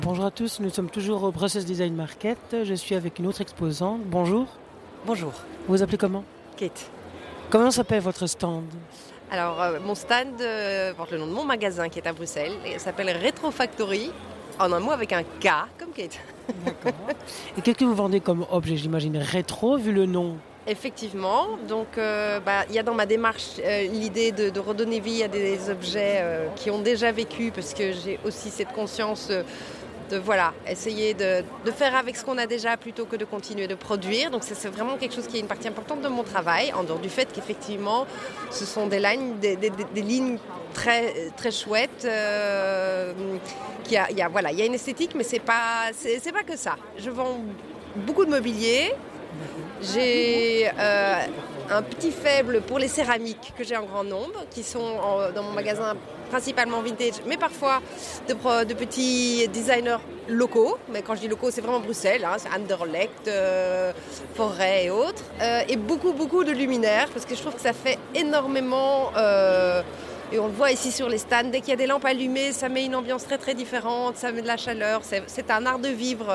Bonjour à tous, nous sommes toujours au Brussels Design Market. Je suis avec une autre exposante. Bonjour. Bonjour, Vous vous appelez comment? Kate. Comment s'appelle votre stand? Alors, mon stand porte le nom de mon magasin qui est à Bruxelles et s'appelle Retro Factory, en un mot avec un K, comme Kate. D'accord. Et qu'est-ce que vous vendez comme objet? J'imagine rétro, vu le nom. Effectivement, donc il y a dans ma démarche l'idée de redonner vie à des objets qui ont déjà vécu, parce que j'ai aussi cette conscience de essayer de faire avec ce qu'on a déjà plutôt que de continuer de produire. Donc c'est vraiment quelque chose qui est une partie importante de mon travail, en dehors du fait qu'effectivement ce sont des lignes très, très chouettes. Il y a une esthétique, mais c'est pas que ça. Je vends beaucoup de mobilier. J'ai un petit faible pour les céramiques que j'ai en grand nombre, qui sont dans mon magasin principalement vintage, mais parfois de petits designers locaux. Mais quand je dis locaux, c'est vraiment Bruxelles, c'est Anderlecht, Forêt et autres. Et beaucoup de luminaires, parce que je trouve que ça fait énormément... et on le voit ici sur les stands, dès qu'il y a des lampes allumées, ça met une ambiance très très différente, ça met de la chaleur. C'est un art de vivre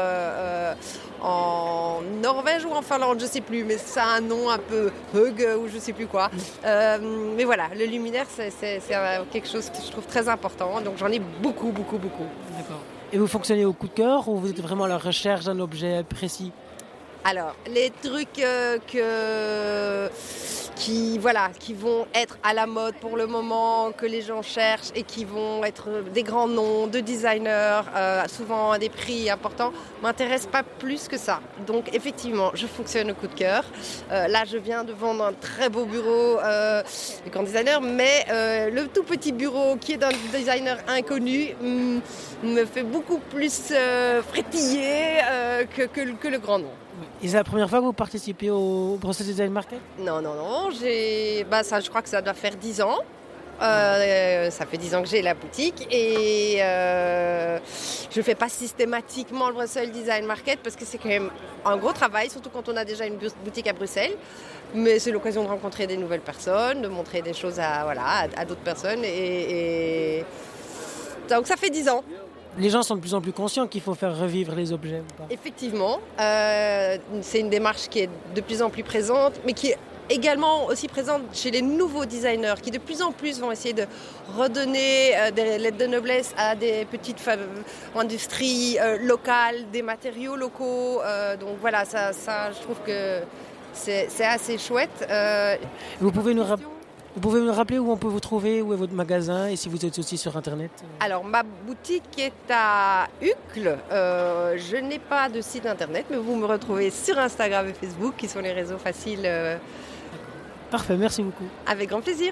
en Norvège ou en Finlande, je ne sais plus, mais ça a un nom un peu Hug ou je ne sais plus quoi. Mais voilà, le luminaire, c'est quelque chose que je trouve très important, donc j'en ai beaucoup. D'accord. Et vous fonctionnez au coup de cœur ou vous êtes vraiment à la recherche d'un objet précis? Alors, les trucs qui vont être à la mode pour le moment, que les gens cherchent et qui vont être des grands noms de designers, souvent à des prix importants, m'intéressent pas plus que ça. Donc effectivement, je fonctionne au coup de cœur. Là, je viens de vendre un très beau bureau de grand designer, mais le tout petit bureau qui est d'un designer inconnu me fait beaucoup plus frétiller que le grand nom. Et c'est la première fois que vous participez au Brussels Design Market? Non. Je crois que ça doit faire 10 ans. Ça fait 10 ans que j'ai la boutique et je ne fais pas systématiquement le Brussels Design Market parce que c'est quand même un gros travail, surtout quand on a déjà une boutique à Bruxelles. Mais c'est l'occasion de rencontrer des nouvelles personnes, de montrer des choses à d'autres personnes. Donc ça fait 10 ans. Les gens sont de plus en plus conscients qu'il faut faire revivre les objets ou pas? Effectivement, c'est une démarche qui est de plus en plus présente, mais qui est également aussi présente chez les nouveaux designers qui de plus en plus vont essayer de redonner des lettres de noblesse à des petites industries locales, des matériaux locaux. Donc voilà, ça, je trouve que c'est assez chouette. Vous pouvez me rappeler où on peut vous trouver, où est votre magasin et si vous êtes aussi sur Internet? Alors, ma boutique est à Uccle. Je n'ai pas de site Internet, mais vous me retrouvez sur Instagram et Facebook, qui sont les réseaux faciles. Parfait, merci beaucoup. Avec grand plaisir.